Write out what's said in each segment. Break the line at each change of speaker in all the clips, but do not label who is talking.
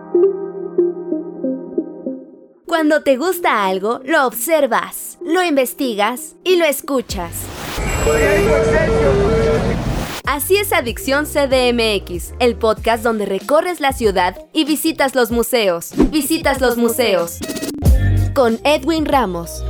Cuando te gusta algo, lo observas, lo investigas y lo escuchas. Así es Adicción CDMX, el podcast donde recorres la ciudad y visitas los museos. Con Edwin Ramos.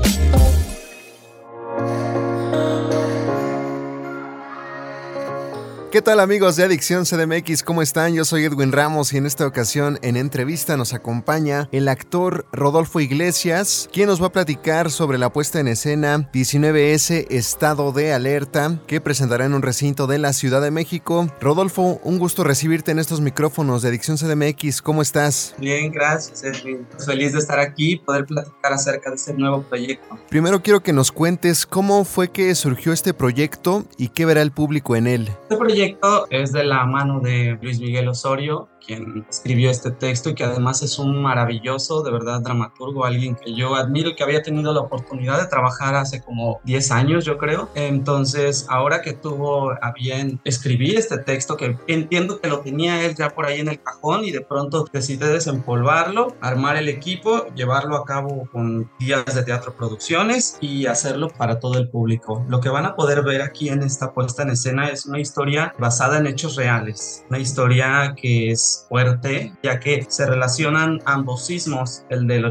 ¿Qué tal amigos de Adicción CDMX? ¿Cómo están? Yo soy Edwin Ramos y en esta ocasión en entrevista nos acompaña el actor Rodolfo Iglesias, quien nos va a platicar sobre la puesta en escena 19S Estado de Alerta, que presentará en un recinto de la Ciudad de México. Rodolfo, un gusto recibirte en estos micrófonos de Adicción CDMX. ¿Cómo estás?
Bien, gracias Edwin. Feliz de estar aquí y poder platicar acerca de este nuevo proyecto.
Primero quiero que nos cuentes cómo fue que surgió este proyecto y qué verá el público en él.
Este proyecto es de la mano de Luis Miguel Osorio, quien escribió este texto y que además es un maravilloso, de verdad, dramaturgo, alguien que yo admiro y que había tenido la oportunidad de trabajar hace como 10 años, yo creo. Entonces, ahora que tuvo a bien escribir este texto, que entiendo que lo tenía él ya por ahí en el cajón y de pronto decide desempolvarlo, armar el equipo, llevarlo a cabo con días de teatro producciones y hacerlo para todo el público. Lo que van a poder ver aquí en esta puesta en escena es una historia basada en hechos reales, una historia que es fuerte, ya que se relacionan ambos sismos, el del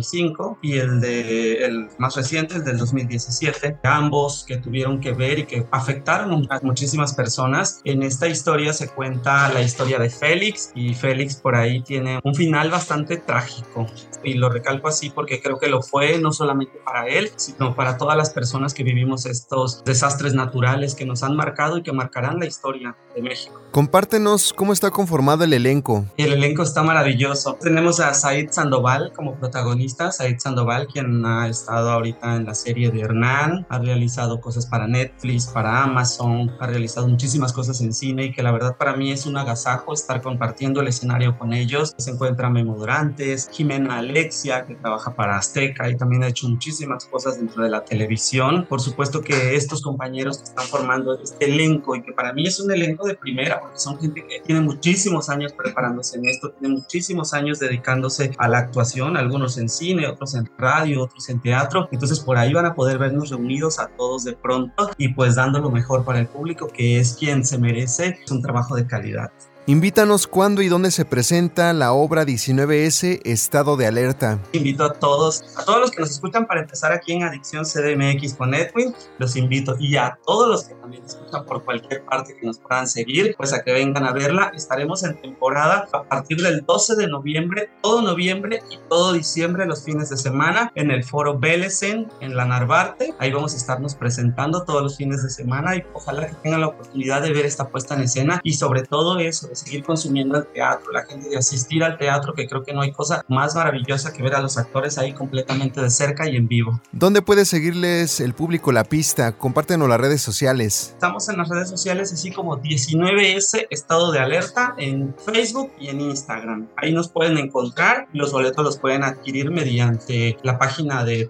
85 y el más reciente, el del 2017, ambos que tuvieron que ver y que afectaron a muchísimas personas. En esta historia se cuenta la historia de Félix, y Félix por ahí tiene un final bastante trágico, y lo recalco así porque creo que lo fue no solamente para él, sino para todas las personas que vivimos estos desastres naturales que nos han marcado y que marcarán la historia de México.
Compártenos cómo está conformado el elenco.
El elenco está maravilloso. Tenemos a Said Sandoval como protagonista. Said Sandoval, quien ha estado ahorita en la serie de Hernán, ha realizado cosas para Netflix, para Amazon, ha realizado muchísimas cosas en cine y que la verdad para mí es un agasajo estar compartiendo el escenario con ellos. Se encuentra Memo Dorantes, Jimena Alexia, que trabaja para Azteca y también ha hecho muchísimas cosas dentro de la televisión. Por supuesto que estos compañeros que están formando este elenco, y que para mí es un elenco de primera, porque son gente que tiene muchísimos años preparándose en esto, tiene muchísimos años dedicándose a la actuación, algunos en cine, otros en radio, otros en teatro. Entonces por ahí van a poder vernos reunidos a todos de pronto y pues dando lo mejor para el público, que es quien se merece un trabajo de calidad.
Invítanos cuándo y dónde se presenta la obra 19S Estado de Alerta.
Invito a todos los que nos escuchan para empezar aquí en Adicción CDMX con Edwin, los invito, y a todos los que también escuchan por cualquier parte que nos puedan seguir, pues a que vengan a verla. Estaremos en temporada a partir del 12 de noviembre, todo noviembre y todo diciembre, los fines de semana, en el Foro Belesen, en la Narvarte. Ahí vamos a estarnos presentando todos los fines de semana y ojalá que tengan la oportunidad de ver esta puesta en escena y sobre todo eso, de seguir consumiendo el teatro, la gente de asistir al teatro, que creo que no hay cosa más maravillosa que ver a los actores ahí completamente de cerca y en vivo.
¿Dónde puede seguirles el público la pista? Compártenos las redes sociales.
Estamos en las redes sociales así como 19S Estado de Alerta en Facebook y en Instagram. Ahí nos pueden encontrar. Los boletos los pueden adquirir mediante la página de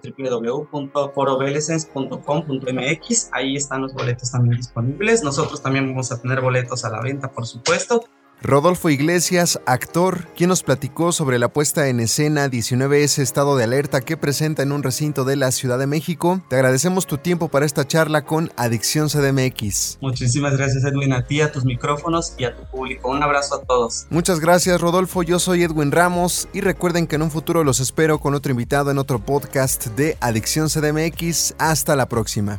www.forobelesens.com.mx. Ahí están los boletos también disponibles. Nosotros también vamos a tener boletos a la venta, por supuesto.
Rodolfo Iglesias, actor, quien nos platicó sobre la puesta en escena 19S Estado de Alerta que presenta en un recinto de la Ciudad de México. Te agradecemos tu tiempo para esta charla con Adicción CDMX.
Muchísimas gracias Edwin, a ti, a tus micrófonos y a tu público. Un abrazo a todos.
Muchas gracias Rodolfo, yo soy Edwin Ramos y recuerden que en un futuro los espero con otro invitado en otro podcast de Adicción CDMX. Hasta la próxima.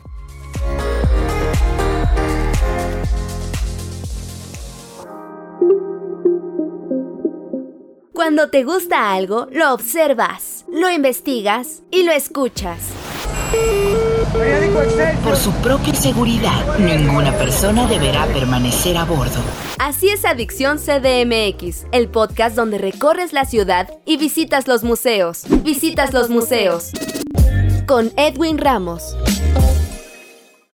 Cuando te gusta algo, lo observas, lo investigas y lo escuchas.
Por su propia seguridad, ninguna persona deberá permanecer a bordo.
Así es Adicción CDMX, el podcast donde recorres la ciudad y visitas los museos. Con Edwin Ramos.